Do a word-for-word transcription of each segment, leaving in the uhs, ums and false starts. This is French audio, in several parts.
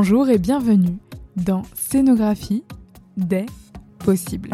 Bonjour et bienvenue dans Scénographie des possibles.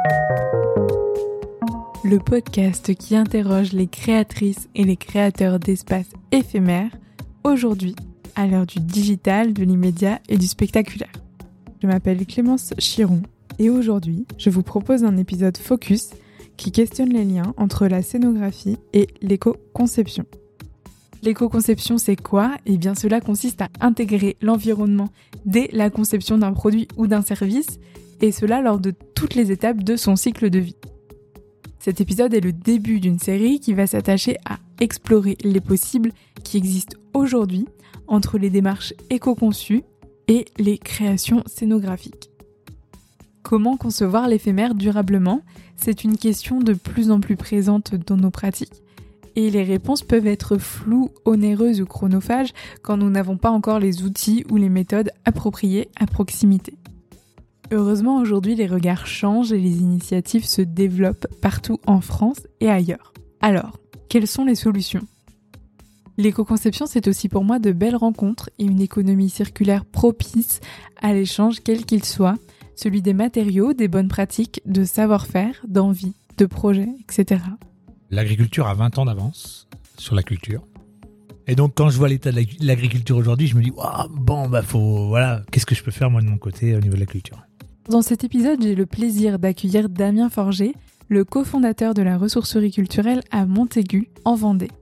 Le podcast qui interroge les créatrices et les créateurs d'espaces éphémères, aujourd'hui à l'heure du digital, de l'immédiat et du spectaculaire. Je m'appelle Clémence Chiron et aujourd'hui, je vous propose un épisode focus qui questionne les liens entre la scénographie et l'éco-conception. L'éco-conception, c'est quoi ? Eh bien, cela consiste à intégrer l'environnement dès la conception d'un produit ou d'un service, et cela lors de toutes les étapes de son cycle de vie. Cet épisode est le début d'une série qui va s'attacher à explorer les possibles qui existent aujourd'hui entre les démarches éco-conçues et les créations scénographiques. Comment concevoir l'éphémère durablement ? C'est une question de plus en plus présente dans nos pratiques. Et les réponses peuvent être floues, onéreuses ou chronophages quand nous n'avons pas encore les outils ou les méthodes appropriées à proximité. Heureusement, aujourd'hui, les regards changent et les initiatives se développent partout en France et ailleurs. Alors, quelles sont les solutions ? L'éco-conception, c'est aussi pour moi de belles rencontres et une économie circulaire propice à l'échange quel qu'il soit, celui des matériaux, des bonnes pratiques, de savoir-faire, d'envie, de projets, et cetera. L'agriculture a vingt ans d'avance sur la culture. Et donc, quand je vois l'état de l'agriculture aujourd'hui, je me dis, waouh, bon, bah, faut, voilà, qu'est-ce que je peux faire, moi, de mon côté, au niveau de la culture ? Dans cet épisode, j'ai le plaisir d'accueillir Damien Forger, le cofondateur de la ressourcerie culturelle à Montaigu, en Vendée.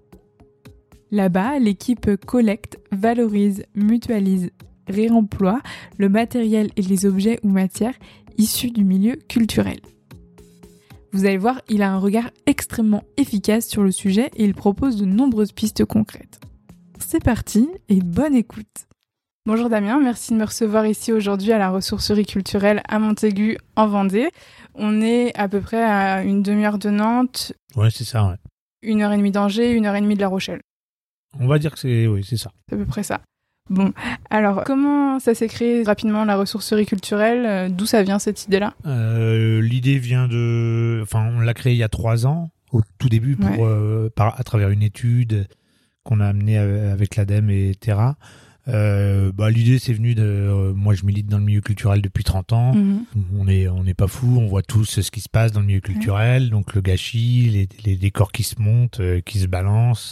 Là-bas, l'équipe collecte, valorise, mutualise, réemploie le matériel et les objets ou matières issus du milieu culturel. Vous allez voir, il a un regard extrêmement efficace sur le sujet et il propose de nombreuses pistes concrètes. C'est parti et bonne écoute. Bonjour Damien, merci de me recevoir ici aujourd'hui à la ressourcerie culturelle à Montaigu en Vendée. On est à peu près à une demi-heure de Nantes. Ouais, c'est ça, ouais. Une heure et demie d'Angers, une heure et demie de La Rochelle. On va dire que c'est, oui, c'est ça. C'est à peu près ça. Bon, alors comment ça s'est créé rapidement la ressourcerie culturelle ? D'où ça vient cette idée-là ? euh, L'idée vient de... Enfin, on l'a créée il y a trois ans, au tout début, pour, ouais. euh, par, à travers une étude qu'on a amenée avec l'ADEME et Terra. Euh, bah, l'idée, c'est venu de... Euh, moi, je milite dans le milieu culturel depuis trente ans. Mm-hmm. On n'est on n'est pas fous, on voit tous ce qui se passe dans le milieu culturel. Ouais. Donc, le gâchis, les, les décors qui se montent, euh, qui se balancent.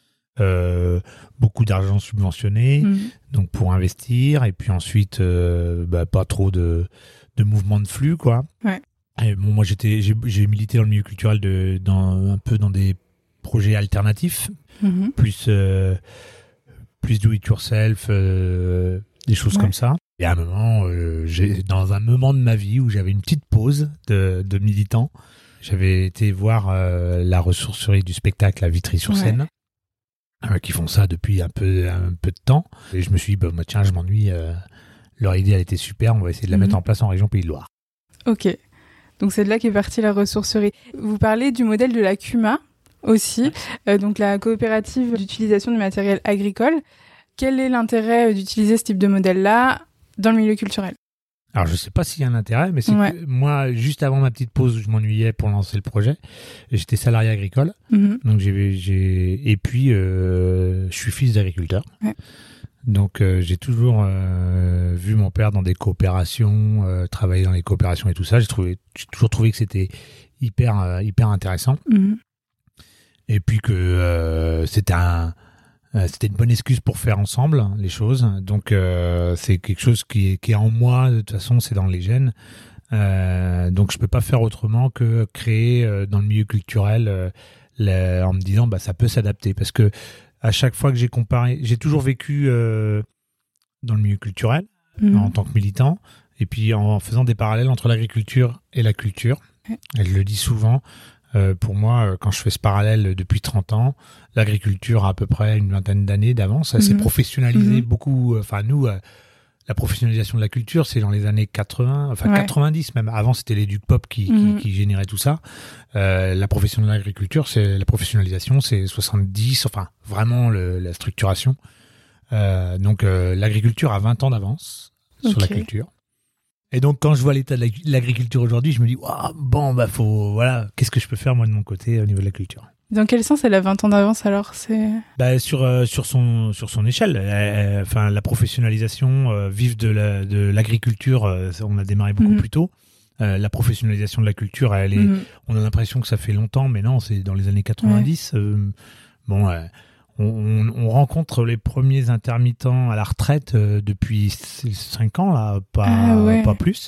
Euh, beaucoup d'argent subventionné, mmh. donc pour investir, et puis ensuite euh, bah, pas trop de, de mouvement de flux, quoi. Ouais. Et bon, moi j'étais, j'ai, j'ai milité dans le milieu culturel de, dans, un peu dans des projets alternatifs, mmh. plus, euh, plus do it yourself, euh, des choses ouais. comme ça. Et à un moment, euh, j'ai, dans un moment de ma vie où j'avais une petite pause de, de militant, j'avais été voir euh, la ressourcerie du spectacle à Vitry-sur-Seine. Ouais. Qui font ça depuis un peu, un peu de temps. Et je me suis dit, bah, bah, tiens, je m'ennuie. Euh, leur idée, elle était super. On va essayer de la mmh. mettre en place en région Pays de Loire. Ok. Donc, c'est de là qu'est partie la ressourcerie. Vous parlez du modèle de la C U M A aussi, euh, donc la coopérative d'utilisation du matériel agricole. Quel est l'intérêt d'utiliser ce type de modèle-là dans le milieu culturel ? Alors, je ne sais pas s'il y a un intérêt, mais c'est ouais. que moi, juste avant ma petite pause où je m'ennuyais pour lancer le projet, j'étais salarié agricole. Mm-hmm. Donc j'ai, j'ai... Et puis, euh, je suis fils d'agriculteur. Ouais. Donc, euh, j'ai toujours euh, vu mon père dans des coopérations, euh, travailler dans les coopérations et tout ça. J'ai, trouvé... j'ai toujours trouvé que c'était hyper, euh, hyper intéressant. Mm-hmm. Et puis que euh, c'était un... C'était une bonne excuse pour faire ensemble les choses. Donc, euh, c'est quelque chose qui est, qui est en moi. De toute façon, c'est dans les gènes. Euh, donc, je ne peux pas faire autrement que créer euh, dans le milieu culturel euh, la, en me disant bah, ça peut s'adapter. Parce que à chaque fois que j'ai comparé, j'ai toujours vécu euh, dans le milieu culturel mmh. en tant que militant. Et puis, en faisant des parallèles entre l'agriculture et la culture. Mmh. Et je le dis souvent. Euh, pour moi, quand je fais ce parallèle depuis trente ans, l'agriculture a à peu près une vingtaine d'années d'avance. Ça mmh. s'est professionnalisé mmh. beaucoup. Enfin, nous, euh, la professionnalisation de la culture, c'est dans les années quatre-vingts, enfin ouais. quatre-vingt-dix même. Avant, c'était les Duc Pop qui, mmh. qui, qui généraient tout ça. Euh, la profession de l'agriculture, c'est la professionnalisation, c'est soixante-dix, enfin, vraiment le, la structuration. Euh, donc, euh, l'agriculture a vingt ans d'avance okay. sur la culture. Et donc, quand je vois l'état de l'agriculture aujourd'hui, je me dis, wow, bon, bah, faut, voilà, qu'est-ce que je peux faire, moi, de mon côté, au niveau de la culture? Dans quel sens elle a vingt ans d'avance, alors? C'est... Bah, sur, euh, sur, son, sur son échelle. Euh, enfin, la professionnalisation, euh, vivre de, la, de l'agriculture, euh, on a démarré beaucoup mmh. plus tôt. Euh, la professionnalisation de la culture, elle est, mmh. on a l'impression que ça fait longtemps, mais non, c'est dans les années quatre-vingt-dix. Ouais. Euh, bon, euh, on, on, on rencontre les premiers intermittents à la retraite euh, depuis cinq ans, là, pas, ah ouais. pas plus.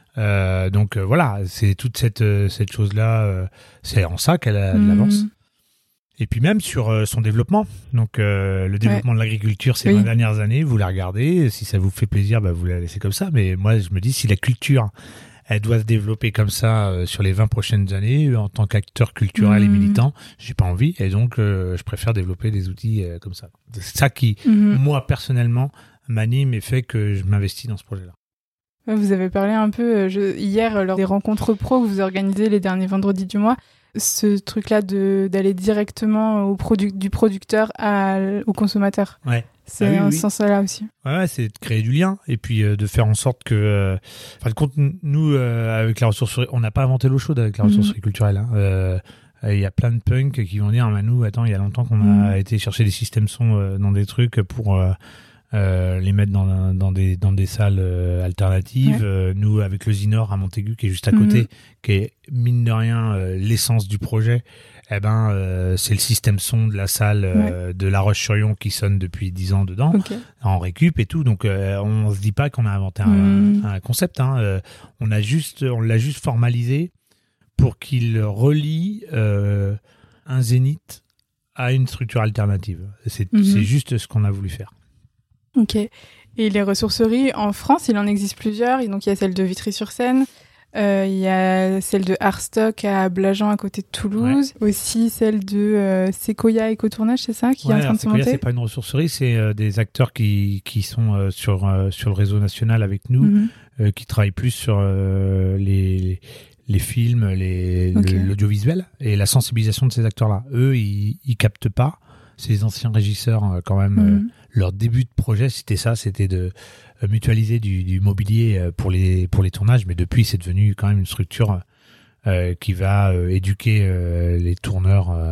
Euh, donc euh, voilà, c'est toute cette, cette chose-là, euh, c'est en ça qu'elle a de l'avance. Mmh. Et puis même sur euh, son développement. Donc euh, le développement ouais. de l'agriculture ces oui. vingt dernières années, vous la regardez. Si ça vous fait plaisir, bah, vous la laissez comme ça. Mais moi, je me dis, si la culture, elle doit se développer comme ça euh, sur les vingt prochaines années, en tant qu'acteur culturel mmh. et militant, j'ai pas envie. Et donc, euh, je préfère développer des outils euh, comme ça. C'est ça qui, mmh. moi, personnellement, m'anime et fait que je m'investis dans ce projet-là. Vous avez parlé un peu je, hier, lors des rencontres pro que vous organisez les derniers vendredis du mois, ce truc-là de, d'aller directement au produ- du producteur à, au consommateur. Ouais. C'est ah oui, un oui. sens-là aussi. Ouais, c'est de créer du lien et puis euh, de faire en sorte que... Euh, enfin, de compte, nous, euh, avec la ressourcerie, on n'a pas inventé l'eau chaude avec la ressourcerie mmh. culturelle. Il hein. euh, y a plein de punks qui vont dire, ah, nous, attends, il y a longtemps qu'on mmh. a été chercher des systèmes son euh, dans des trucs pour... Euh, Euh, les mettre dans, dans, des, dans des salles euh, alternatives. Ouais. Euh, nous, avec le Zinor à Montaigu, qui est juste à côté, mmh. qui est, mine de rien, euh, l'essence du projet, eh ben, euh, c'est le système son de la salle euh, ouais. de La Roche-sur-Yon qui sonne depuis dix ans dedans, okay. en récup et tout. Donc, euh, on se dit pas qu'on a inventé un, mmh. un, un concept. Hein. Euh, on, a juste, on l'a juste formalisé pour qu'il relie euh, un zénith à une structure alternative. C'est, mmh. c'est juste ce qu'on a voulu faire. Ok. Et les ressourceries, en France, il en existe plusieurs. Donc, il y a celle de Vitry-sur-Seine, euh, il y a celle de Arstock à Blajan, à côté de Toulouse. Ouais. Aussi, celle de euh, Sequoia Écotournage, c'est ça, qui ouais, est en train de se monter? Sequoia, c'est pas une ressourcerie, c'est euh, des acteurs qui, qui sont euh, sur, euh, sur le réseau national avec nous, mm-hmm. euh, qui travaillent plus sur euh, les... les films, les, okay. le, l'audiovisuel et la sensibilisation de ces acteurs-là. Eux, ils, ils captent pas. C'est les anciens régisseurs, quand même. Mm-hmm. Euh, leur début de projet, c'était ça, c'était de euh, mutualiser du, du mobilier euh, pour les pour les tournages. Mais depuis, c'est devenu quand même une structure euh, qui va euh, éduquer euh, les tourneurs, euh,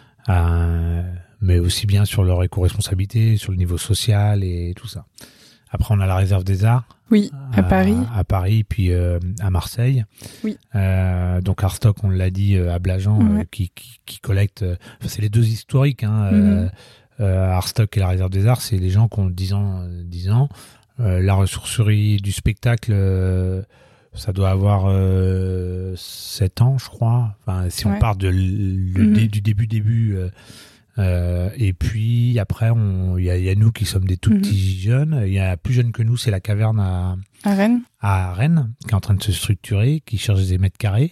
à, mais aussi bien sur leur éco-responsabilité, sur le niveau social et tout ça. Après, on a la Réserve des Arts. Oui, à, à Paris. À Paris, puis euh, à Marseille. Oui. Euh, donc Arstock, on l'a dit, euh, à Blajan, ouais. euh, qui, qui, qui collecte... Euh, c'est les deux historiques. Hein, mm-hmm. euh, euh, Arstock et la Réserve des Arts, c'est les gens qui ont dix ans. Euh, dix ans. Euh, la ressourcerie du spectacle, euh, ça doit avoir euh, sept ans, je crois. Enfin, si ouais. on part de le, mm-hmm. dé, du début-début... Euh, Euh, et puis après, il y, y a nous qui sommes des tout mmh. petits jeunes. Il y a plus jeune que nous, c'est la Caverne à, à Rennes, à Rennes, qui est en train de se structurer, qui cherche des mètres carrés.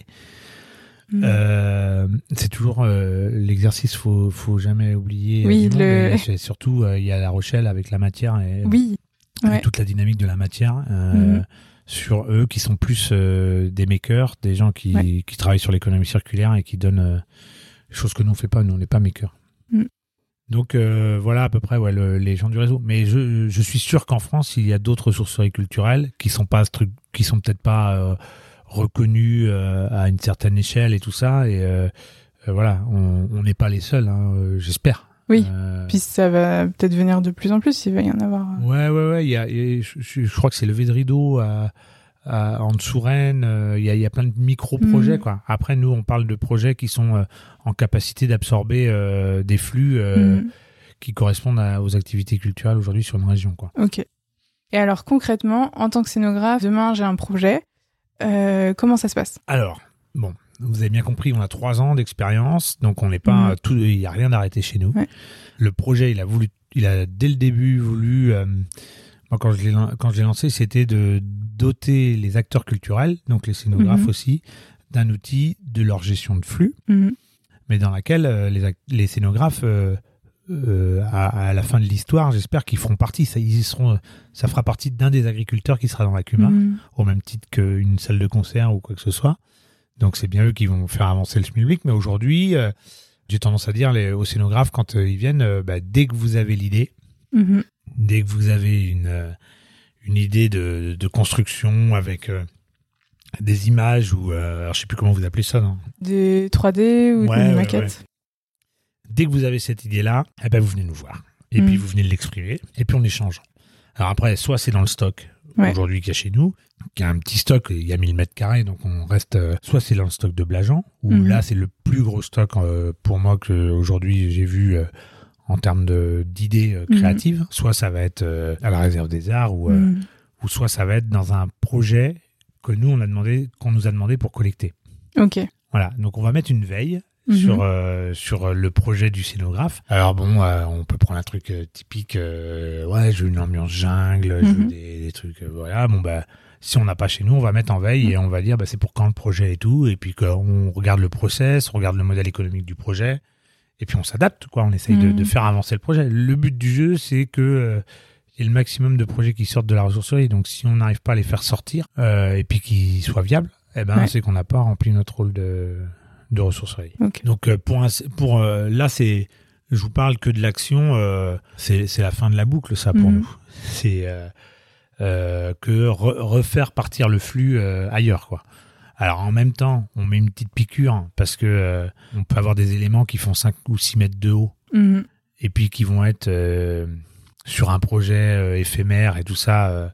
Mmh. Euh, c'est toujours euh, l'exercice, faut faut jamais oublier. Oui, monde, le... c'est surtout il euh, y a La Rochelle avec la matière et oui, ouais. toute la dynamique de la matière. Euh, mmh. Sur eux qui sont plus euh, des makers, des gens qui ouais. qui travaillent sur l'économie circulaire et qui donnent euh, choses que nous on fait pas. Nous on n'est pas makers. Mm. Donc euh, voilà à peu près ouais, le, les gens du réseau. Mais je, je suis sûr qu'en France il y a d'autres ressourceries culturelles qui sont pas qui sont peut-être pas euh, reconnues euh, à une certaine échelle et tout ça. Et euh, euh, voilà, on n'est pas les seuls, hein, euh, j'espère. Oui. Euh... Puis ça va peut-être venir de plus en plus. Il va y en avoir. Ouais ouais ouais. Il y a, il y a je, je crois que c'est Levé de Rideau à Euh, en Dessous-Rennes, il euh, y, y a plein de micro-projets. Mmh. Quoi. Après, nous, on parle de projets qui sont euh, en capacité d'absorber euh, des flux euh, mmh. qui correspondent à, aux activités culturelles aujourd'hui sur une région. Quoi. Ok. Et alors, concrètement, en tant que scénographe, demain, j'ai un projet. Euh, comment ça se passe ? Alors, bon, vous avez bien compris, on a trois ans d'expérience, donc on n'est pas mmh. tout, il n'y a rien d'arrêté chez nous. Ouais. Le projet, il a voulu, il a dès le début voulu. Euh, moi, quand je l'ai quand je l'ai lancé, c'était de doter les acteurs culturels, donc les scénographes mmh. aussi, d'un outil de leur gestion de flux, mmh. mais dans laquelle euh, les, les scénographes, euh, euh, à, à la fin de l'histoire, j'espère qu'ils feront partie. Ça, ils seront, ça fera partie d'un des agriculteurs qui sera dans la C U M A, mmh. au même titre qu'une salle de concert ou quoi que ce soit. Donc c'est bien eux qui vont faire avancer le schmilblick. Mais aujourd'hui, euh, j'ai tendance à dire les, aux scénographes, quand euh, ils viennent, euh, bah, dès que vous avez l'idée, mmh. dès que vous avez une... Euh, une idée de, de construction avec euh, des images ou euh, alors je sais plus comment vous appelez ça, non ? Des trois D ou ouais, des ouais, maquettes. Ouais. Dès que vous avez cette idée-là, eh ben vous venez nous voir et mmh. puis vous venez l'exprimer et puis on échange. Alors après, soit c'est dans le stock ouais. aujourd'hui qu'il y a chez nous, qu'il y a un petit stock, il y a mille mètres carrés, donc on reste. Euh, soit c'est dans le stock de Blajan, où mmh. là c'est le plus gros stock euh, pour moi que aujourd'hui j'ai vu euh, en termes de d'idées euh, créatives. Mmh. Soit ça va être euh, à la Réserve des Arts, ou euh, mmh. ou soit ça va être dans un projet que nous on a demandé, qu'on nous a demandé pour collecter. Ok. Voilà, donc on va mettre une veille. Mmh. Sur euh, sur le projet du scénographe. Alors bon, euh, on peut prendre un truc euh, typique. Euh, ouais, je veux une ambiance jungle, mmh. je veux des, des trucs. Euh, voilà, bon bah si on n'a pas chez nous, on va mettre en veille mmh. et on va dire bah c'est pour quand le projet et tout. Et puis qu'on regarde le process, on regarde le modèle économique du projet, et puis on s'adapte quoi. On essaye mmh. de, de faire avancer le projet. Le but du jeu, c'est que euh, il y ait le maximum de projets qui sortent de la ressourcerie. Donc si on n'arrive pas à les faire sortir euh, et puis qu'ils soient viables, eh ben ouais. c'est qu'on n'a pas rempli notre rôle de de ressourcerie. Okay. Donc euh, pour un, pour euh, là c'est je vous parle que de l'action, euh, c'est c'est la fin de la boucle ça pour mmh. nous. C'est euh, euh, que re, refaire partir le flux euh, ailleurs quoi. Alors en même temps, on met une petite piqûre parce que euh, on peut avoir des éléments qui font cinq ou six mètres de haut mmh. et puis qui vont être euh, sur un projet euh, éphémère et tout ça. Euh,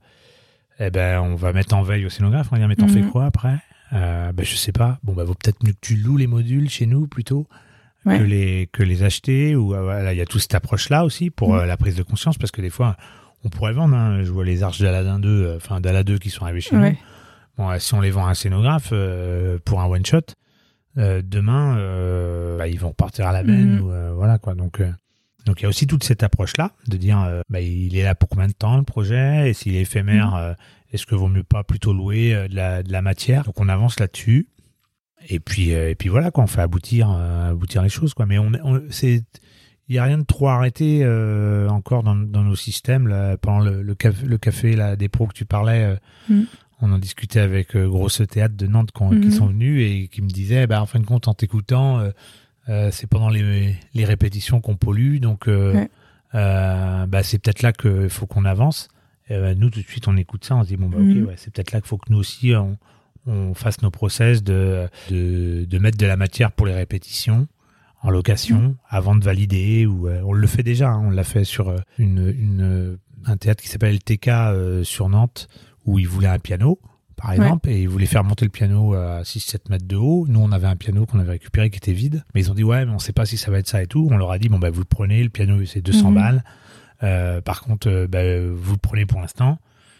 eh ben on va mettre en veille au scénographe. On va dire mais t'en mmh. fais quoi après? Euh, ben je sais pas. Bon, bah, vaut peut-être mieux que tu loues les modules chez nous plutôt ouais. que les que les acheter. Ou euh, voilà, il y a toute cette approche-là aussi pour mmh. euh, la prise de conscience, parce que des fois, on pourrait vendre. Hein, je vois les arches d'Aladin deux, enfin euh, d'Ala deux qui sont arrivées chez ouais. nous. Bon, euh, si on les vend à un scénographe euh, pour un one shot, euh, demain, euh, bah, ils vont repartir à la benne. Mmh. Ou, euh, voilà quoi. Donc euh, donc il y a aussi toute cette approche-là de dire, euh, bah, il est là pour combien de temps le projet, et s'il est éphémère. Mmh. Euh, Est-ce que vaut mieux pas plutôt louer euh, de, la, de la matière? Donc on avance là-dessus. Et puis euh, et puis voilà quoi, on fait aboutir euh, aboutir les choses quoi. Mais on, on c'est il y a rien de trop arrêté euh, encore dans, dans nos systèmes là. Pendant le, le café le café là des pros que tu parlais, euh, mm. on en discutait avec euh, Grosse Théâtre de Nantes qui, mm. qui sont venus et qui me disaient bah en fin de compte en t'écoutant euh, euh, c'est pendant les les répétitions qu'on pollue, donc euh, ouais. euh, bah c'est peut-être là que faut qu'on avance. Euh, nous, tout de suite, on écoute ça, on se dit, bon, bah, mmh. ok, ouais, c'est peut-être là qu'il faut que nous aussi, on, on fasse nos process de, de, de mettre de la matière pour les répétitions en location mmh. avant de valider. Ou, euh, on le fait déjà, hein, on l'a fait sur une, une, un théâtre qui s'appelle L T K euh, sur Nantes, où ils voulaient un piano, par exemple, ouais. et ils voulaient faire monter le piano à six sept mètres de haut. Nous, on avait un piano qu'on avait récupéré qui était vide, mais ils ont dit, ouais, mais on sait pas si ça va être ça et tout. On leur a dit, bon, bah, vous le prenez, le piano, c'est deux cents mmh. balles. Euh, par contre, euh, bah, vous le prenez pour l'instant.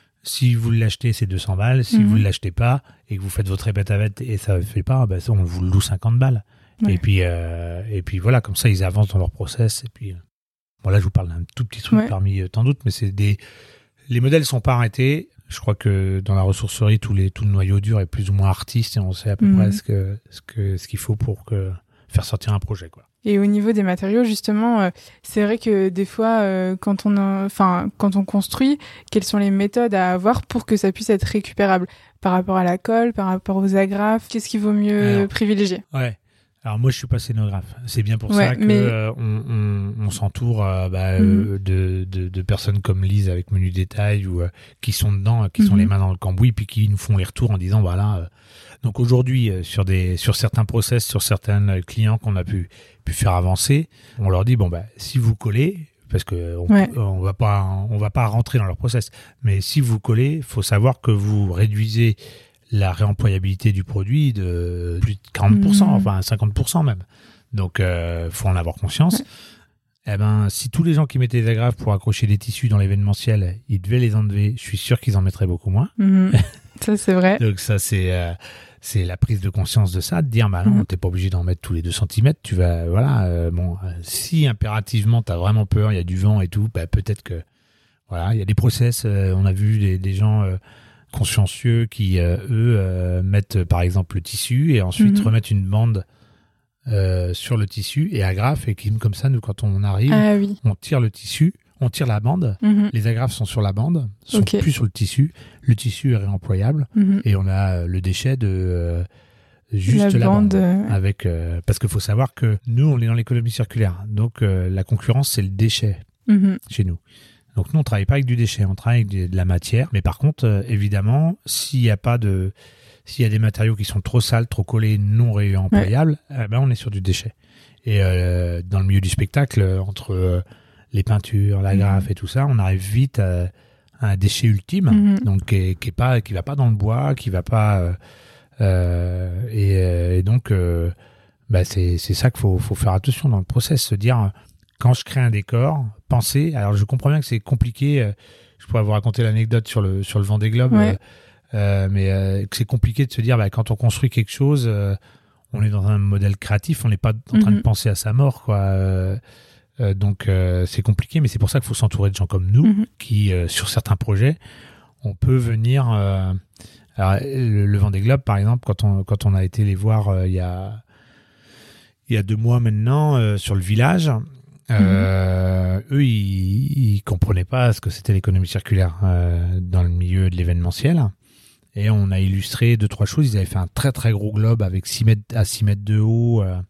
Si vous l'achetez, c'est deux cents balles. Si mmh. vous ne l'achetez pas et que vous faites votre répète avec et ça ne fait pas, bah, ça, on vous le loue cinquante balles. Ouais. Et puis, euh, et puis voilà, comme ça, ils avancent dans leur process. Et puis, bon, là, je vous parle d'un tout petit truc ouais. parmi tant d'autres, mais c'est des. Les modèles ne sont pas arrêtés. Je crois que dans la ressourcerie, tout, les, tout le noyau dur est plus ou moins artiste et on sait à peu mmh. près ce, que, ce, que, ce qu'il faut pour que, faire sortir un projet, quoi. Et au niveau des matériaux, justement, euh, c'est vrai que des fois, euh, quand on, enfin, quand on construit, quelles sont les méthodes à avoir pour que ça puisse être récupérable par rapport à la colle, par rapport aux agrafes? Qu'est-ce qu'il vaut mieux Alors, privilégier? Ouais. Alors moi, je suis pas scénographe. C'est bien pour ouais, ça que mais... euh, on, on, on s'entoure euh, bah, mm-hmm. de, de, de personnes comme Lise avec Menu Détail ou euh, qui sont dedans, qui mm-hmm. sont les mains dans le cambouis, puis qui nous font les retours en disant voilà. Euh, donc aujourd'hui, euh, sur des sur certains process, sur certains clients qu'on a pu pu faire avancer, on leur dit bon bah si vous collez, parce que on, ouais. on va pas on va pas rentrer dans leur process, mais si vous collez, faut savoir que vous réduisez la réemployabilité du produit de plus de quarante pour cent, mmh. enfin cinquante pour cent même. Donc, euh, faut en avoir conscience. Ouais. Eh ben, si tous les gens qui mettaient des agrafes pour accrocher des tissus dans l'événementiel, ils devaient les enlever, je suis sûr qu'ils en mettraient beaucoup moins. Mmh. Ça, c'est vrai. Donc ça, c'est euh, c'est la prise de conscience de ça, de dire, bah non, mmh. t'es pas obligé d'en mettre tous les deux centimètres. Tu vas, voilà, euh, bon, euh, si impérativement t'as vraiment peur, il y a du vent et tout, bah peut-être que, voilà, il y a des process. Euh, on a vu des, des gens. Euh, consciencieux qui, euh, eux, euh, mettent par exemple le tissu et ensuite mmh. remettent une bande euh, sur le tissu et agrafent, et qui, comme ça, nous, quand on arrive, ah, oui. on tire le tissu, on tire la bande, mmh. les agrafes sont sur la bande, sont okay. plus sur le tissu, le tissu est réemployable mmh. et on a le déchet de euh, juste la, la bande, bande avec, euh, parce qu'il faut savoir que nous, on est dans l'économie circulaire, donc euh, la concurrence, c'est le déchet mmh. chez nous. Donc nous, on travaille pas avec du déchet, on travaille avec de la matière. Mais par contre, euh, évidemment, s'il y a pas de, s'il y a des matériaux qui sont trop sales, trop collés, non réemployables, ouais. eh ben on est sur du déchet. Et euh, dans le milieu du spectacle, entre euh, les peintures, l'agrafe mmh. et tout ça, on arrive vite à, à un déchet ultime, mmh. donc qui, qui est pas, qui va pas dans le bois, qui va pas, euh, euh, et, et donc euh, bah c'est c'est ça qu'il faut faut faire attention dans le process, se dire quand je crée un décor, penser. Alors je comprends bien que c'est compliqué. Je pourrais vous raconter l'anecdote sur le sur le Vendée Globe, ouais. euh, mais euh, que c'est compliqué de se dire bah, quand on construit quelque chose, euh, on est dans un modèle créatif, on n'est pas en train mm-hmm. de penser à sa mort, quoi. Euh, euh, donc euh, c'est compliqué, mais c'est pour ça qu'il faut s'entourer de gens comme nous, mm-hmm. qui euh, sur certains projets, on peut venir. Euh, alors, le, le Vendée Globe, par exemple, quand on quand on a été les voir euh, il y a il y a deux mois maintenant euh, sur le village. Euh, mmh. Eux, ils, ils comprenaient pas ce que c'était l'économie circulaire euh, dans le milieu de l'événementiel. Et on a illustré deux, trois choses. Ils avaient fait un très, très gros globe avec six mètres à six mètres de haut. Euh,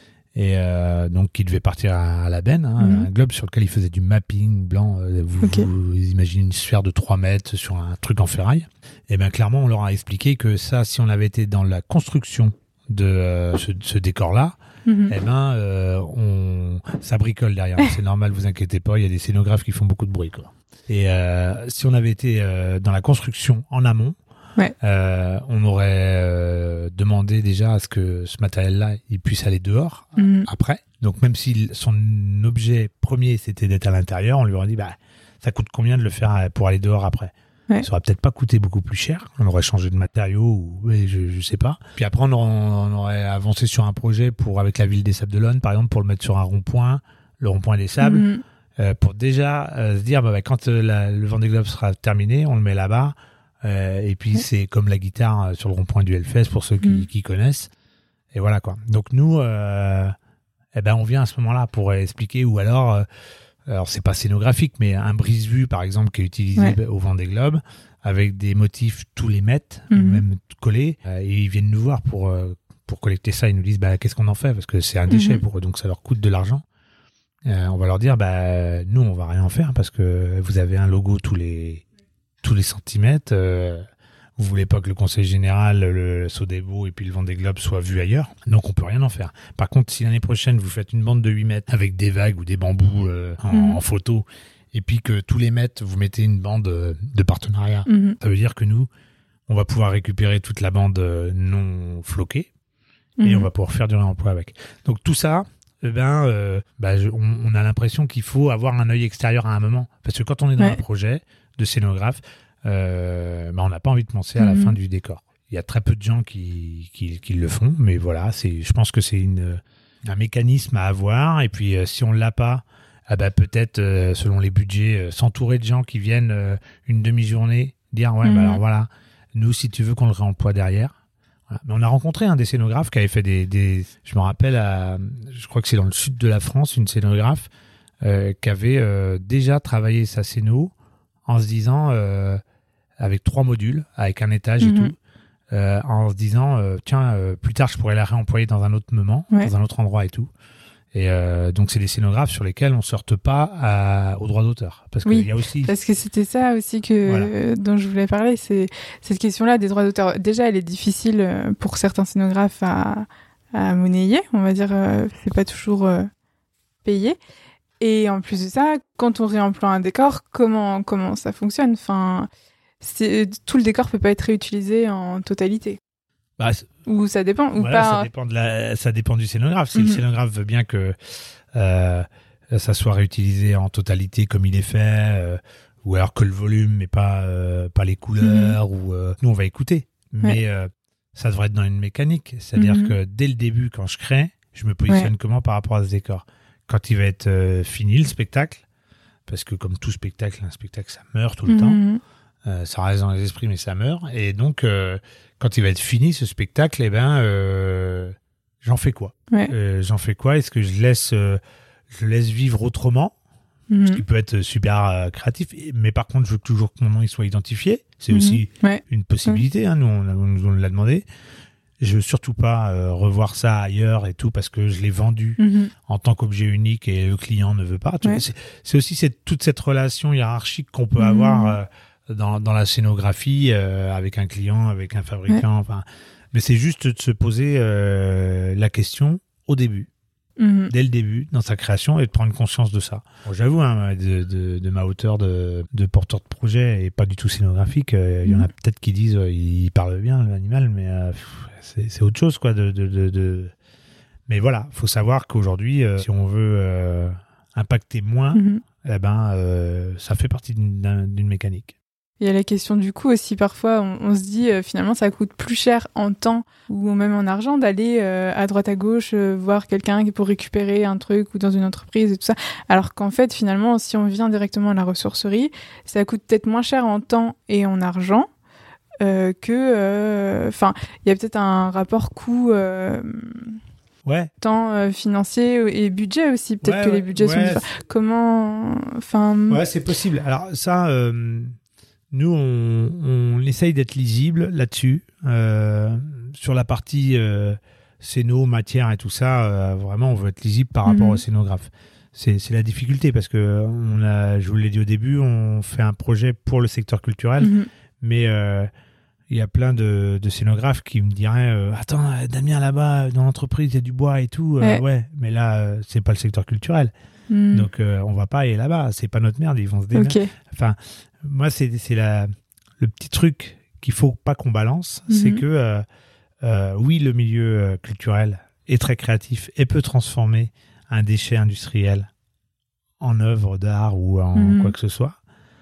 et euh, donc, qui devait partir à, à la benne. Hein, mmh. Un globe sur lequel ils faisaient du mapping blanc. Euh, vous, okay. vous, vous imaginez une sphère de trois mètres sur un truc en ferraille. Et bien, clairement, on leur a expliqué que ça, si on avait été dans la construction de euh, ce, ce décor-là, Mmh. eh ben, euh, on, ça bricole derrière. C'est normal, vous inquiétez pas. Il y a des scénographes qui font beaucoup de bruit, quoi. Et euh, si on avait été euh, dans la construction en amont, ouais. euh, on aurait euh, demandé déjà à ce que ce matériel-là, il puisse aller dehors mmh. après. Donc même si son objet premier c'était d'être à l'intérieur, on lui aurait dit, bah, ça coûte combien de le faire pour aller dehors après? Ouais. Ça aurait peut-être pas coûté beaucoup plus cher. On aurait changé de matériaux ou je, je sais pas. Puis après, on aurait, on aurait avancé sur un projet pour avec la ville des Sables d'Olonne, par exemple, pour le mettre sur un rond-point, le rond-point des Sables, mmh. euh, pour déjà euh, se dire, bah, bah, quand euh, la, le Vendée Globe sera terminé, on le met là-bas. Euh, et puis ouais. c'est comme la guitare sur le rond-point du Hellfest pour ceux qui, mmh. qui connaissent. Et voilà quoi. Donc nous, euh, eh ben, on vient à ce moment-là pour expliquer ou alors. Euh, Alors, c'est pas scénographique, mais un brise-vue, par exemple, qui est utilisé ouais. au Vendée Globe, avec des motifs tous les mètres, mm-hmm. même collés. Euh, et ils viennent nous voir pour, euh, pour collecter ça. Ils nous disent, bah, qu'est-ce qu'on en fait? Parce que c'est un déchet mm-hmm. pour eux, donc ça leur coûte de l'argent. Euh, on va leur dire, bah, nous, on va rien en faire parce que vous avez un logo tous les, tous les centimètres. Euh, vous voulez pas que le conseil général, le Sodebo et puis le Vendée Globe soient vus ailleurs. Donc, on peut rien en faire. Par contre, si l'année prochaine, vous faites une bande de huit mètres avec des vagues ou des bambous euh, en, mmh. en photo, et puis que tous les mètres, vous mettez une bande euh, de partenariat, mmh. ça veut dire que nous, on va pouvoir récupérer toute la bande euh, non floquée mmh. et on va pouvoir faire du réemploi avec. Donc, tout ça, eh ben, euh, bah, je, on, on a l'impression qu'il faut avoir un œil extérieur à un moment. Parce que quand on est dans ouais. un projet de scénographe, Euh, bah on n'a pas envie de penser à la mmh. fin du décor. Il y a très peu de gens qui, qui, qui le font, mais voilà, c'est, je pense que c'est une, un mécanisme à avoir. Et puis, euh, si on ne l'a pas, ah bah, peut-être, euh, selon les budgets, euh, s'entourer de gens qui viennent euh, une demi-journée, dire ouais, mmh. bah alors voilà, nous, si tu veux qu'on le réemploie derrière. Voilà. Mais on a rencontré un des scénographes qui avait fait des, des. Je me rappelle, à, je crois que c'est dans le sud de la France, une scénographe euh, qui avait euh, déjà travaillé sa scéno en se disant. Euh, avec trois modules, avec un étage mmh. et tout, euh, en se disant, euh, tiens, euh, plus tard, je pourrais la réemployer dans un autre moment, ouais. dans un autre endroit et tout. Et euh, donc, c'est des scénographes sur lesquels on ne se heurte pas à, aux droits d'auteur. Parce oui, qu'il y a aussi... parce que c'était ça aussi que, voilà. euh, dont je voulais parler. C'est cette question-là des droits d'auteur. Déjà, elle est difficile pour certains scénographes à, à monnayer. On va dire, euh, c'est pas toujours euh, payé. Et en plus de ça, quand on réemploie un décor, comment, comment ça fonctionne? Enfin... C'est, tout le décor peut pas être réutilisé en totalité. Bah, ou ça dépend ou voilà, pas. Ça dépend de la, ça dépend du scénographe. Si mm-hmm. le scénographe veut bien que euh, ça soit réutilisé en totalité comme il est fait, euh, ou alors que le volume mais pas euh, pas les couleurs, mm-hmm. ou euh, nous on va écouter. Mais ouais. euh, ça devrait être dans une mécanique, c'est-à-dire mm-hmm. que dès le début, quand je crée, je me positionne ouais. comment par rapport à ce décor. Quand il va être euh, fini le spectacle, parce que comme tout spectacle, un spectacle ça meurt tout le mm-hmm. temps. Euh, ça reste dans les esprits, mais ça meurt. Et donc, euh, quand il va être fini, ce spectacle, eh ben, euh, j'en fais quoi ouais. euh, J'en fais quoi Est-ce que je laisse, euh, je laisse vivre autrement mm-hmm. Ce qui peut être super euh, créatif. Mais par contre, je veux toujours que mon nom il soit identifié. C'est mm-hmm. aussi ouais. une possibilité. Hein, nous, on, on nous l'a demandé. je veux surtout pas euh, revoir ça ailleurs et tout parce que je l'ai vendu mmh. en tant qu'objet unique et le client ne veut pas. Ouais. C'est, c'est aussi cette, toute cette relation hiérarchique qu'on peut mmh. avoir euh, dans, dans la scénographie euh, avec un client, avec un fabricant. Ouais. Enfin, mais c'est juste de se poser euh, la question au début. Mmh. Dès le début, dans sa création, et de prendre conscience de ça. Bon, j'avoue, hein, de, de, de ma hauteur de, de porteur de projet et pas du tout scénographique, il euh, mmh. y en a peut-être qui disent euh, il parle bien l'animal, mais euh, c'est, c'est autre chose, quoi. De, de, de, de... Mais voilà, faut savoir qu'aujourd'hui, euh, si on veut euh, impacter moins, mmh. eh ben, euh, ça fait partie d'une, d'une mécanique. Il y a la question du coût aussi. Parfois, on, on se dit euh, finalement ça coûte plus cher en temps ou même en argent d'aller euh, à droite à gauche euh, voir quelqu'un pour récupérer un truc ou dans une entreprise et tout ça. Alors qu'en fait, finalement, si on vient directement à la ressourcerie, ça coûte peut-être moins cher en temps et en argent euh, que... Enfin, euh, il y a peut-être un rapport coût... Euh, Ouais. Temps euh, financier et budget aussi. Peut-être ouais, que ouais, les budgets ouais, sont différents. Comment... Enfin... Ouais, c'est possible. Alors ça... Euh... Nous, on, on essaye d'être lisible là-dessus. Euh, sur la partie euh, scéno, matière et tout ça, euh, vraiment, on veut être lisible par rapport mm-hmm. au scénographe. C'est, c'est la difficulté parce que, on a, je vous l'ai dit au début, on fait un projet pour le secteur culturel, mm-hmm. mais il euh, y a plein de, de scénographes qui me diraient euh, « Attends, Damien, là-bas, dans l'entreprise, il y a du bois et tout. Euh, ouais. ouais, mais là, euh, c'est pas le secteur culturel. Mm. Donc, euh, on va pas aller là-bas. C'est pas notre merde, ils vont se démerder. Okay. » Enfin, moi, c'est, c'est la, le petit truc qu'il faut pas qu'on balance, mm-hmm. c'est que euh, euh, oui, le milieu euh, culturel est très créatif et peut transformer un déchet industriel en œuvre d'art ou en mm-hmm. quoi que ce soit.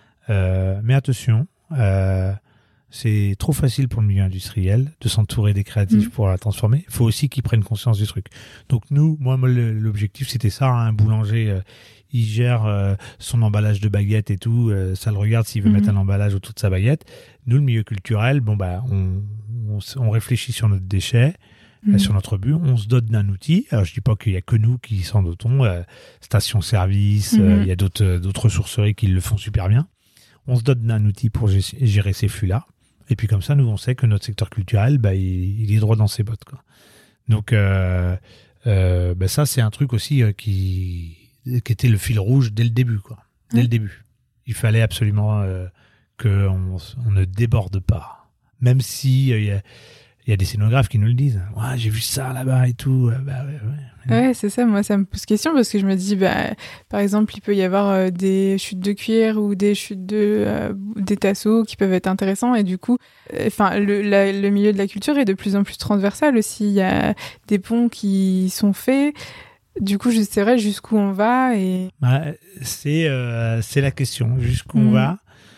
Euh, mais attention, euh, c'est trop facile pour le milieu industriel de s'entourer des créatifs mm-hmm. pour la transformer. Il faut aussi qu'ils prennent conscience du truc. Donc nous, moi, l'objectif, c'était ça, hein, un boulanger... Euh, il gère euh, son emballage de baguettes et tout, euh, ça le regarde s'il veut mmh. mettre un emballage autour de sa baguette. Nous, le milieu culturel, bon bah, on, on, on réfléchit sur notre déchet, mmh. euh, sur notre but, on se dote d'un outil. Alors, je dis pas qu'il y a que nous qui s'en dotons, euh, station-service, mmh. euh, il y a d'autres, euh, d'autres ressourceries qui le font super bien. On se dote d'un outil pour g- gérer ces flux-là. Et puis comme ça, nous, on sait que notre secteur culturel, bah, il, il est droit dans ses bottes, quoi. Donc, euh, euh, bah, ça, c'est un truc aussi euh, qui... qui était le fil rouge dès le début, quoi. Dès mmh. le début. Il fallait absolument euh, qu'on on ne déborde pas. Même si il euh, y, y a des scénographes qui nous le disent. Ouais, j'ai vu ça là-bas et tout. Euh, bah, ouais, ouais. ouais, c'est ça. Moi, ça me pose question parce que je me dis, bah, par exemple, il peut y avoir euh, des chutes de cuir ou des chutes de euh, des tasseaux qui peuvent être intéressants. Et du coup, enfin, euh, le, la, le milieu de la culture est de plus en plus transversal aussi. Il y a des ponts qui sont faits. Du coup, c'est vrai, jusqu'où on va et... Bah, c'est, euh, c'est la question, jusqu'où mmh. on va.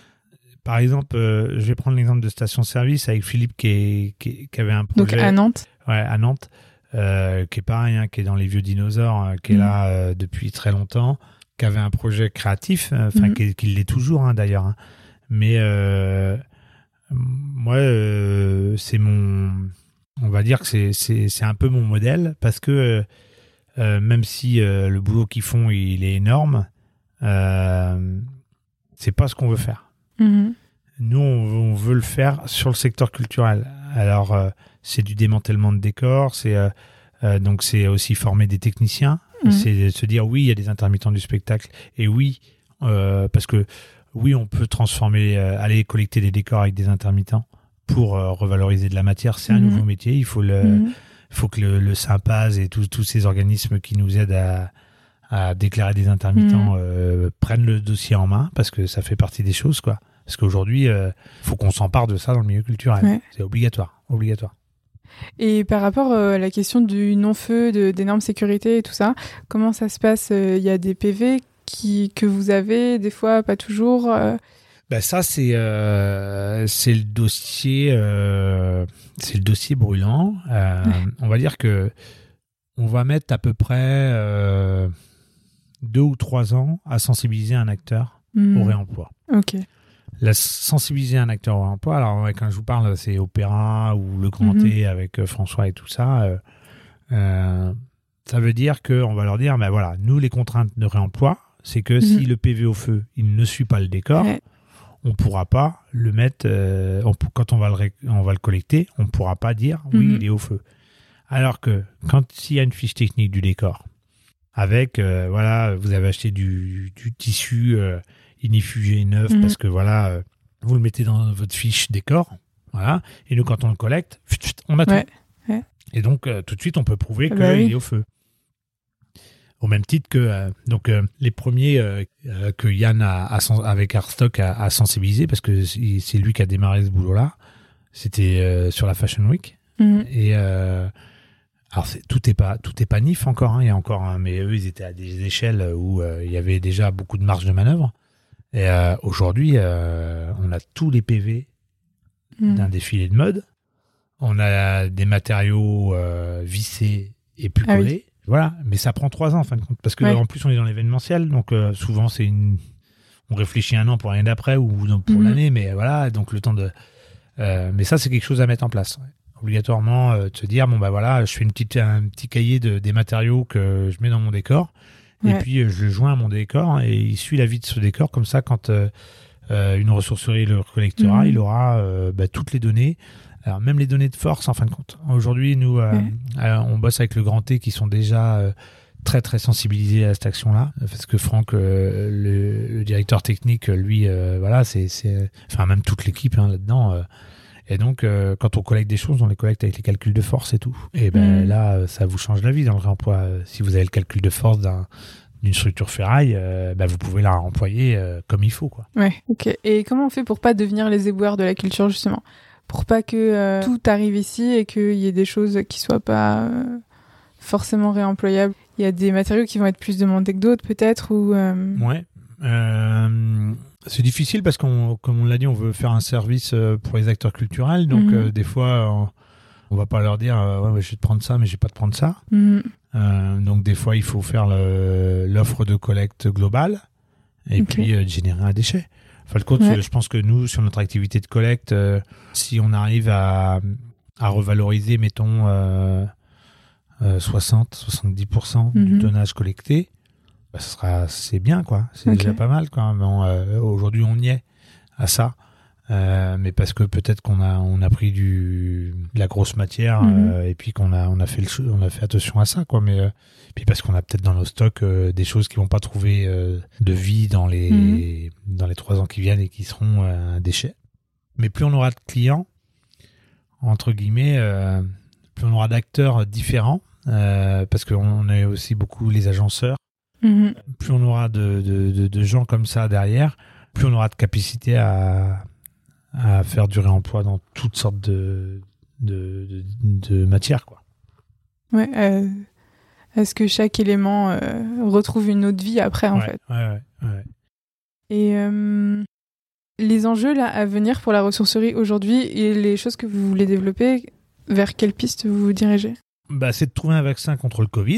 Par exemple, euh, je vais prendre l'exemple de station-service avec Philippe qui, est, qui, qui avait un projet... Donc à Nantes. Ouais, à Nantes, euh, qui est pareil, hein, qui est dans les vieux dinosaures, hein, qui mmh. est là euh, depuis très longtemps, qui avait un projet créatif, enfin mmh. qui, qui l'est toujours hein, d'ailleurs. Hein. Mais euh, moi, euh, c'est mon... On va dire que c'est, c'est, c'est un peu mon modèle parce que... Euh, Euh, même si euh, le boulot qu'ils font il est énorme, euh, c'est pas ce qu'on veut faire. Mmh. Nous, on veut, on veut le faire sur le secteur culturel. Alors, euh, c'est du démantèlement de décors, c'est euh, euh, donc c'est aussi former des techniciens, mmh. c'est de se dire oui, il y a des intermittents du spectacle et oui, euh, parce que oui, on peut transformer, euh, aller collecter des décors avec des intermittents pour euh, revaloriser de la matière. C'est mmh. un nouveau métier, il faut le mmh. Il faut que le, le Sympaz et tous ces organismes qui nous aident à, à déclarer des intermittents mmh. euh, prennent le dossier en main parce que ça fait partie des choses, quoi. Parce qu'aujourd'hui, il euh, faut qu'on s'empare de ça dans le milieu culturel. Ouais. C'est obligatoire, obligatoire. Et par rapport euh, à la question du non-feu, de, des normes sécurité et tout ça, comment ça se passe ? Il y a des P V qui, que vous avez, des fois pas toujours euh... Ben ça c'est euh, c'est le dossier euh, c'est le dossier brûlant. Euh, ouais. On va dire que on va mettre à peu près euh, deux ou trois ans à sensibiliser un acteur mmh. au réemploi. Ok. La sensibiliser un acteur au réemploi. Alors ouais, quand je vous parle, c'est Opéra ou Le Grand T mmh. avec euh, François et tout ça. Euh, euh, ça veut dire que on va leur dire, ben voilà, nous les contraintes de réemploi, c'est que mmh. si le P V au feu, il ne suit pas le décor. Ouais. on ne pourra pas le mettre, euh, on, quand on va le, ré, on va le collecter, on ne pourra pas dire oui, mm-hmm. il est au feu. Alors que quand s'il y a une fiche technique du décor, avec, euh, voilà, vous avez acheté du, du tissu euh, inifugé neuf mm-hmm. parce que voilà, euh, vous le mettez dans votre fiche décor, voilà, et nous, quand on le collecte, on a tout. Ouais, ouais. Et donc, euh, tout de suite, on peut prouver qu'il bah oui. est au feu. Au même titre que euh, donc euh, les premiers euh, euh, que Yann a, a avec Artstock a, a sensibilisé, parce que c'est lui qui a démarré ce boulot-là. C'était euh, sur la Fashion Week. Mmh. Et euh, alors c'est, tout est pas tout est pas nif encore. Hein, il y a encore, hein, mais eux ils étaient à des échelles où euh, il y avait déjà beaucoup de marge de manœuvre. Et euh, aujourd'hui, euh, on a tous les P V mmh. d'un défilé de mode. On a des matériaux euh, vissés et plus collés. Ah oui. Voilà, mais ça prend trois ans en fin de compte, parce que ouais. en plus on est dans l'événementiel, donc euh, souvent c'est une, on réfléchit un an pour l'année d'après ou pour mmh. l'année, mais voilà, donc le temps de, euh, mais ça c'est quelque chose à mettre en place, ouais. Obligatoirement euh, de se dire bon bah voilà, je fais une petite, un petit cahier de des matériaux que je mets dans mon décor, ouais. et puis euh, je le joins à mon décor et il suit la vie de ce décor, comme ça quand euh, euh, une ressourcerie le collectera, mmh. il aura euh, bah, toutes les données. Alors, même les données de force, en fin de compte. Aujourd'hui, nous, euh, ouais. euh, on bosse avec le Grand T qui sont déjà euh, très, très sensibilisés à cette action-là. Parce que Franck, euh, le, le directeur technique, lui, euh, voilà, c'est, c'est... Enfin, même toute l'équipe hein, là-dedans. Euh, et donc, euh, quand on collecte des choses, on les collecte avec les calculs de force et tout. Et ben mmh. là, ça vous change la vie dans le réemploi. Si vous avez le calcul de force d'un... d'une structure ferraille, euh, bah vous pouvez la employer euh, comme il faut, quoi. Ouais, ok. Et comment on fait pour pas devenir les éboueurs de la culture, justement ? Pour pas que euh, tout arrive ici et qu'il y ait des choses qui soient pas euh, forcément réemployables. Il y a des matériaux qui vont être plus demandés que d'autres, peut-être, ou... Euh... Ouais. Euh, c'est difficile parce qu'on, comme on l'a dit, on veut faire un service pour les acteurs culturels. Donc, mmh. euh, des fois, on, on va pas leur dire euh, ouais, ouais, je vais te prendre ça, mais je vais pas te prendre ça. Mmh. Euh, donc, des fois, il faut faire le, l'offre de collecte globale et okay. puis euh, générer un déchet. Enfin, le compte, ouais. je pense que nous, sur notre activité de collecte, euh, si on arrive à, à revaloriser, mettons, euh, euh, soixante à soixante-dix pour cent mm-hmm. du tonnage collecté, bah, ce sera, c'est bien, quoi. C'est okay. déjà pas mal, quand même. On, euh, aujourd'hui, on y est à ça. Euh, mais parce que peut-être qu'on a, on a pris du, de la grosse matière mm-hmm. euh, et puis qu'on a, on a fait le, on a fait attention à ça, quoi. Mais euh, puis parce qu'on a peut-être dans nos stocks euh, des choses qui vont pas trouver euh, de vie dans les, mm-hmm. dans les trois ans qui viennent et qui seront euh, un déchet. Mais plus on aura de clients, entre guillemets, euh, plus on aura d'acteurs différents, euh, parce qu'on a aussi beaucoup les agenceurs. Mm-hmm. Plus on aura de, de, de, de gens comme ça derrière, plus on aura de capacité à à faire du réemploi dans toutes sortes de, de, de, de matières, quoi. Ouais, euh, est-ce que chaque élément euh, retrouve une autre vie après, en ouais, fait. Ouais, ouais, ouais. Et euh, les enjeux là, à venir pour la ressourcerie aujourd'hui et les choses que vous voulez développer, vers quelle piste vous vous dirigez ? Bah, c'est de trouver un vaccin contre le Covid.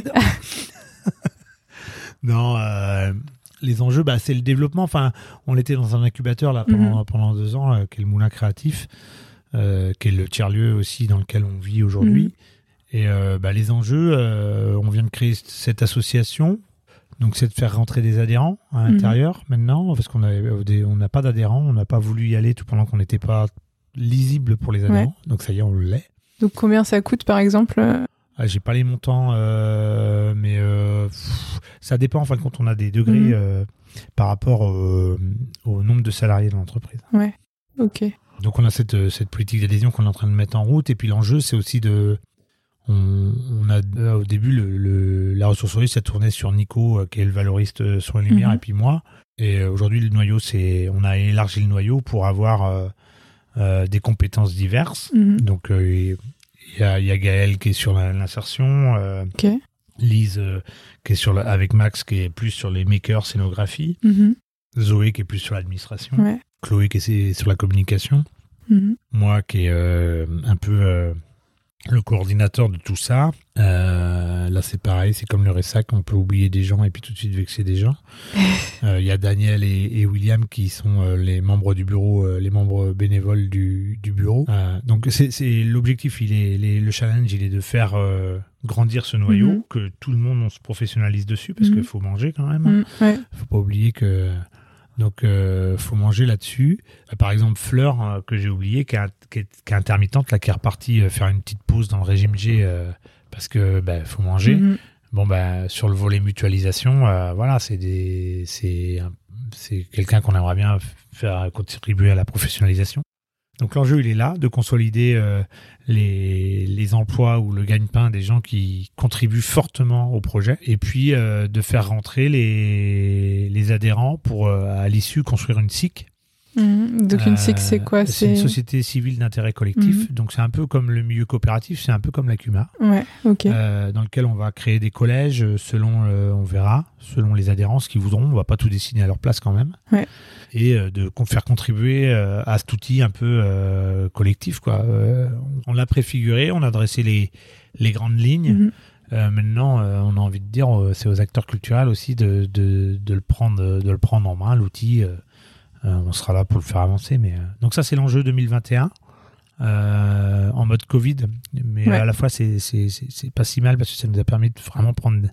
Non, euh... les enjeux, bah, c'est le développement. Enfin, on était dans un incubateur là pendant, mmh. pendant deux ans, euh, qui est le Moulin Créatif, euh, qui est le tiers-lieu aussi dans lequel on vit aujourd'hui. Mmh. Et euh, bah, les enjeux, euh, on vient de créer cette association. Donc, c'est de faire rentrer des adhérents à l'intérieur mmh. maintenant, parce qu'on avait des, on n'a pas d'adhérents, on n'a pas voulu y aller tout pendant qu'on n'était pas lisible pour les adhérents. Ouais. Donc, ça y est, on l'est. Donc, combien ça coûte, par exemple ? Ah, j'ai pas les montants, euh, mais euh, pff, ça dépend. En fin de compte, on a des degrés mmh. euh, par rapport euh, au nombre de salariés de l'entreprise. Ouais, ok. Donc, on a cette, cette politique d'adhésion qu'on est en train de mettre en route. Et puis, l'enjeu, c'est aussi de... On, on a, au début, le, le, la ressourcerie, ça tournait sur Nico, qui est le valoriste sur les lumières, mmh. et puis moi. Et aujourd'hui, le noyau, c'est... On a élargi le noyau pour avoir euh, euh, des compétences diverses. Mmh. Donc... Euh, Il y, a, il y a Gaëlle qui est sur la, l'insertion, euh, okay. Lise euh, qui est sur la, avec Max qui est plus sur les makers, scénographie, mm-hmm. Zoé qui est plus sur l'administration, ouais. Chloé qui est sur la communication, mm-hmm. moi qui est euh, un peu euh, le coordinateur de tout ça. Euh, là c'est pareil, c'est comme le Ressac, on peut oublier des gens et puis tout de suite vexer des gens. Il euh, y a Daniel et, et William qui sont euh, les membres du bureau, euh, les membres bénévoles du, du bureau. Euh, donc c'est, c'est l'objectif, il est, les, le challenge, il est de faire euh, grandir ce noyau, mm-hmm. que tout le monde on se professionnalise dessus parce mm-hmm. qu'il faut manger quand même. Mm-hmm. Ouais. Faut pas oublier que Donc, euh, faut manger là-dessus. Euh, par exemple, Fleur, euh, que j'ai oublié, qui est, qui, est, qui est intermittente, là, qui est repartie euh, faire une petite pause dans le régime G euh, parce que bah, faut manger. Mm-hmm. Bon, bah, sur le volet mutualisation, euh, voilà, c'est des, c'est, c'est quelqu'un qu'on aimerait bien faire contribuer à la professionnalisation. Donc l'enjeu, il est là, de consolider euh, les, les emplois ou le gagne-pain des gens qui contribuent fortement au projet, et puis euh, de faire rentrer les, les adhérents pour, euh, à l'issue, construire une S I C. Mmh. Donc une S I C, c'est quoi ? C'est, c'est une société civile d'intérêt collectif. Mmh. Donc c'est un peu comme le milieu coopératif, c'est un peu comme la C U M A. Ouais, ok. Euh, dans lequel on va créer des collèges selon, euh, on verra, selon les adhérents, ce qu'ils voudront. On va pas tout dessiner à leur place quand même. Ouais. Et euh, de faire contribuer euh, à cet outil un peu euh, collectif, quoi. Euh, on l'a préfiguré, on a dressé les, les grandes lignes. Mmh. Euh, maintenant, euh, on a envie de dire, euh, c'est aux acteurs culturels aussi de, de, de, le, prendre, de le prendre en main, l'outil. Euh, Euh, on sera là pour le faire avancer. Mais, euh... Donc ça, c'est l'enjeu deux mille vingt et un, euh, en mode Covid. Mais ouais. à la fois, c'est, c'est, c'est, c'est pas si mal parce que ça nous a permis de vraiment prendre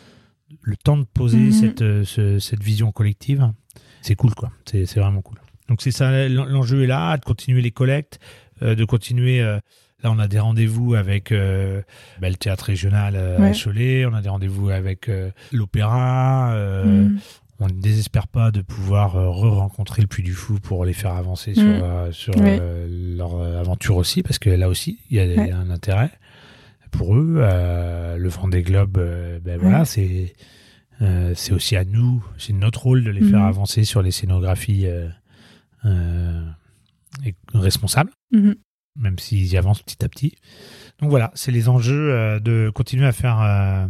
le temps de poser mmh. cette, euh, ce, cette vision collective. C'est cool, quoi. C'est, c'est vraiment cool. Donc c'est ça, l'enjeu est là, de continuer les collectes, euh, de continuer... Euh... Là, on a des rendez-vous avec euh, bah, le théâtre régional euh, ouais. à Cholet, on a des rendez-vous avec euh, l'opéra... Euh, mmh. On ne désespère pas de pouvoir euh, re-rencontrer le Puy du Fou pour les faire avancer mmh. sur, euh, sur oui. euh, leur aventure aussi, parce que là aussi, il y a ouais. un intérêt pour eux. Euh, le Vendée Globe, euh, ben ouais. voilà, c'est, euh, c'est aussi à nous, c'est notre rôle de les mmh. faire avancer sur les scénographies euh, euh, responsables, mmh. même s'ils y avancent petit à petit. Donc voilà, c'est les enjeux euh, de continuer à faire... Euh,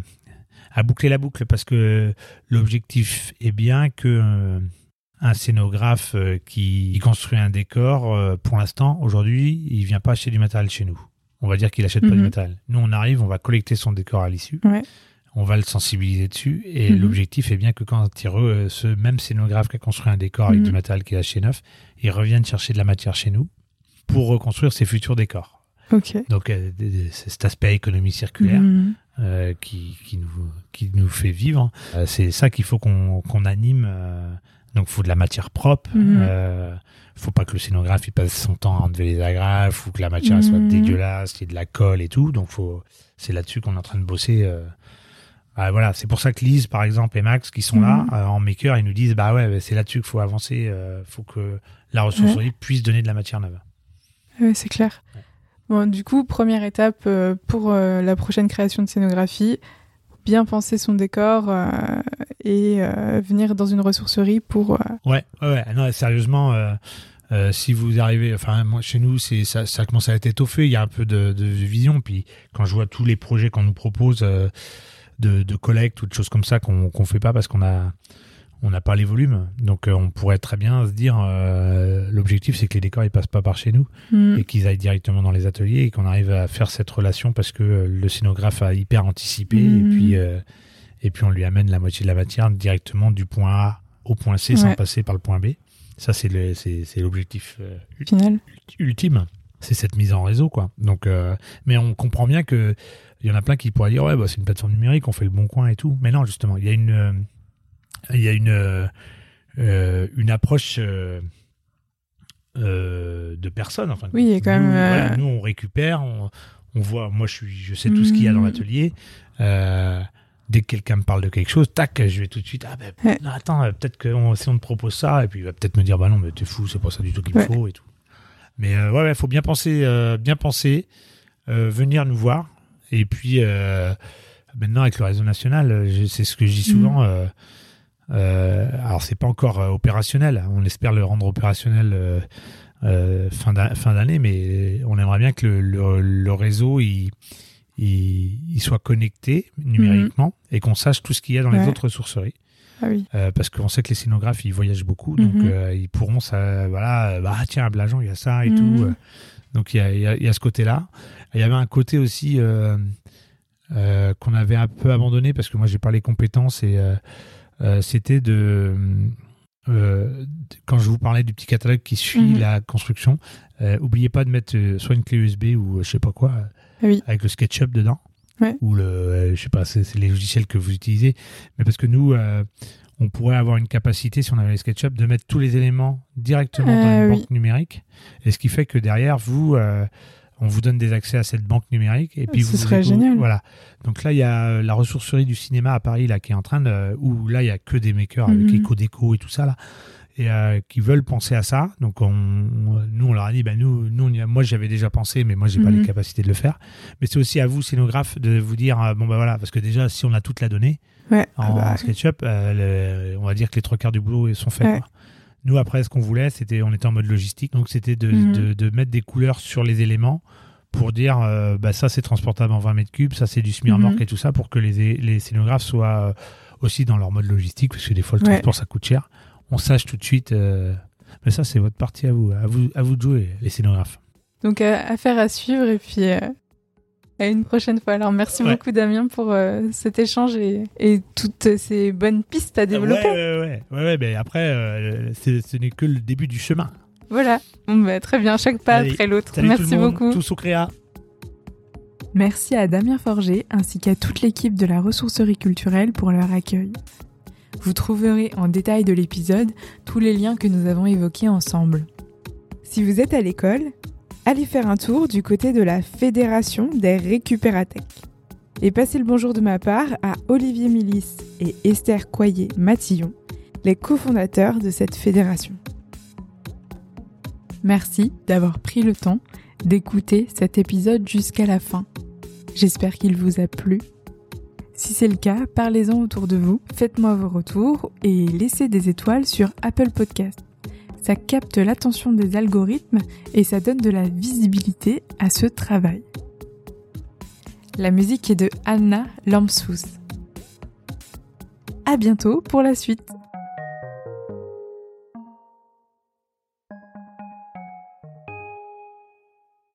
à boucler la boucle, parce que l'objectif est bien que euh, un scénographe euh, qui construit un décor, euh, pour l'instant, aujourd'hui, il vient pas acheter du matériel chez nous. On va dire qu'il achète mm-hmm. pas du matériel. Nous, on arrive, on va collecter son décor à l'issue, ouais. on va le sensibiliser dessus, et mm-hmm. l'objectif est bien que quand il re, euh, ce même scénographe qui a construit un décor avec mm-hmm. du matériel qu'il a acheté neuf, il revienne chercher de la matière chez nous pour reconstruire ses futurs décors. Okay. Donc, euh, c'est cet aspect économie circulaire mmh. euh, qui, qui, nous, qui nous fait vivre. Euh, c'est ça qu'il faut qu'on, qu'on anime. Euh, donc, il faut de la matière propre. Il mmh. euh, ne faut pas que le scénographe il passe son temps à enlever les agrafes ou que la matière mmh. soit dégueulasse, qu'il y ait de la colle et tout. Donc, faut, c'est là-dessus qu'on est en train de bosser. Euh, bah, voilà. C'est pour ça que Lise, par exemple, et Max, qui sont mmh. là, euh, en maker, ils nous disent bah ouais, c'est là-dessus qu'il faut avancer. Il euh, faut que la ressourcerie ouais. puisse donner de la matière neuve. Oui, c'est clair. Ouais. Bon, du coup, première étape euh, pour euh, la prochaine création de scénographie, bien penser son décor euh, et euh, venir dans une ressourcerie pour... Euh... Ouais, ouais, ouais, non, sérieusement, euh, euh, si vous arrivez... Enfin, moi, chez nous, c'est, ça, ça commence à être étoffé, il y a un peu de, de vision, puis quand je vois tous les projets qu'on nous propose euh, de, de collecte ou de choses comme ça qu'on qu'on fait pas parce qu'on a... On n'a pas les volumes, donc euh, on pourrait très bien se dire euh, l'objectif c'est que les décors ils passent pas par chez nous mmh. et qu'ils aillent directement dans les ateliers et qu'on arrive à faire cette relation parce que euh, le scénographe a hyper anticipé mmh. et puis euh, et puis on lui amène la moitié de la matière directement du point A au point C ouais. sans passer par le point B. Ça c'est le c'est, c'est l'objectif euh, final ultime, c'est cette mise en réseau quoi. Donc euh, mais on comprend bien que il y en a plein qui pourraient dire ouais bah c'est une plateforme numérique, on fait le bon coin et tout. Mais non justement il y a une euh, Il y a une, euh, une approche euh, euh, de personnes. Enfin, oui, il y a quand nous, même. Euh... Voilà, nous, on récupère, on, on voit. Moi, je, suis, je sais tout mmh. ce qu'il y a dans l'atelier. Euh, dès que quelqu'un me parle de quelque chose, tac, je vais tout de suite. Ah ben, ouais. non, attends, peut-être que on, si on te propose ça, et puis il va peut-être me dire, bah non, mais t'es fou, c'est pas ça du tout qu'il me ouais. faut et tout. Mais euh, ouais, il faut bien penser, euh, bien penser, euh, venir nous voir. Et puis euh, maintenant, avec le réseau national, c'est ce que je dis souvent. Mmh. Euh, Euh, alors c'est pas encore euh, opérationnel, on espère le rendre opérationnel euh, euh, fin, d'a- fin d'année, mais on aimerait bien que le, le, le réseau il, il, il soit connecté numériquement mmh. et qu'on sache tout ce qu'il y a dans ouais. les autres ressourceries. Ah oui. euh, parce qu'on sait que les scénographes ils voyagent beaucoup, donc mmh. euh, ils pourront ça, voilà, bah tiens à Blajan il y a ça et mmh. tout, euh, donc il y a, il y, a, il y a ce côté-là. Il y avait un côté aussi euh, euh, qu'on avait un peu abandonné parce que moi j'ai pas les compétences et euh, Euh, c'était de, euh, de quand je vous parlais du petit catalogue qui suit mmh. la construction, euh, oubliez pas de mettre euh, soit une clé U S B ou euh, je sais pas quoi, euh, oui. avec le SketchUp dedans. ouais. ou le, euh, je sais pas, c'est, c'est les logiciels que vous utilisez, mais parce que nous, euh, on pourrait avoir une capacité, si on avait les SketchUp, de mettre tous les éléments directement euh, dans une oui. banque numérique, et ce qui fait que derrière, vous, euh, on vous donne des accès à cette banque numérique, et puis ce vous serait éco- génial. Voilà. Donc là, il y a la ressourcerie du cinéma à Paris là qui est en train de, où là, il y a que des makers mm-hmm. avec EcoDéco et tout ça là. Et euh, qui veulent penser à ça. Donc, on, on, nous, on leur a dit, ben, nous, nous on y a, moi, j'avais déjà pensé, mais moi, j'ai mm-hmm. pas les capacités de le faire. Mais c'est aussi à vous, scénographes, de vous dire, euh, bon, ben voilà, parce que déjà, si on a toute la donnée ouais. en, ah bah. en SketchUp, euh, le, on va dire que les trois quarts du boulot sont faits. Ouais. Quoi. Nous, après, ce qu'on voulait, c'était, on était en mode logistique, donc c'était de, mm-hmm. de, de mettre des couleurs sur les éléments pour dire, euh, bah, ça, c'est transportable en vingt mètres cubes, ça, c'est du smearmork mm-hmm. et tout ça, pour que les, les scénographes soient aussi dans leur mode logistique, parce que des fois, le transport, ouais. ça coûte cher. On sache tout de suite. Euh, mais ça, c'est votre partie à vous, à vous, à vous de jouer, les scénographes. Donc, euh, affaire à suivre et puis euh, à une prochaine fois. Alors, merci ouais. beaucoup, Damien, pour euh, cet échange et, et toutes ces bonnes pistes à développer. Ouais, ouais, ouais. ouais, ouais mais après, euh, c'est, ce n'est que le début du chemin. Voilà. Bon, bah, très bien. Chaque pas Allez, après l'autre. Salut merci tout le monde, beaucoup. Tous au créa. Merci à Damien Forger ainsi qu'à toute l'équipe de la ressourcerie culturelle pour leur accueil. Vous trouverez en détail de l'épisode tous les liens que nous avons évoqués ensemble. Si vous êtes à l'école, allez faire un tour du côté de la Fédération des Récupérathèques. Et passez le bonjour de ma part à Olivier Milis et Esther Coyer-Matillon, les cofondateurs de cette fédération. Merci d'avoir pris le temps d'écouter cet épisode jusqu'à la fin. J'espère qu'il vous a plu. Si c'est le cas, parlez-en autour de vous, faites-moi vos retours et laissez des étoiles sur Apple Podcast. Ça capte l'attention des algorithmes et ça donne de la visibilité à ce travail. La musique est de Anna Lamsous. À bientôt pour la suite.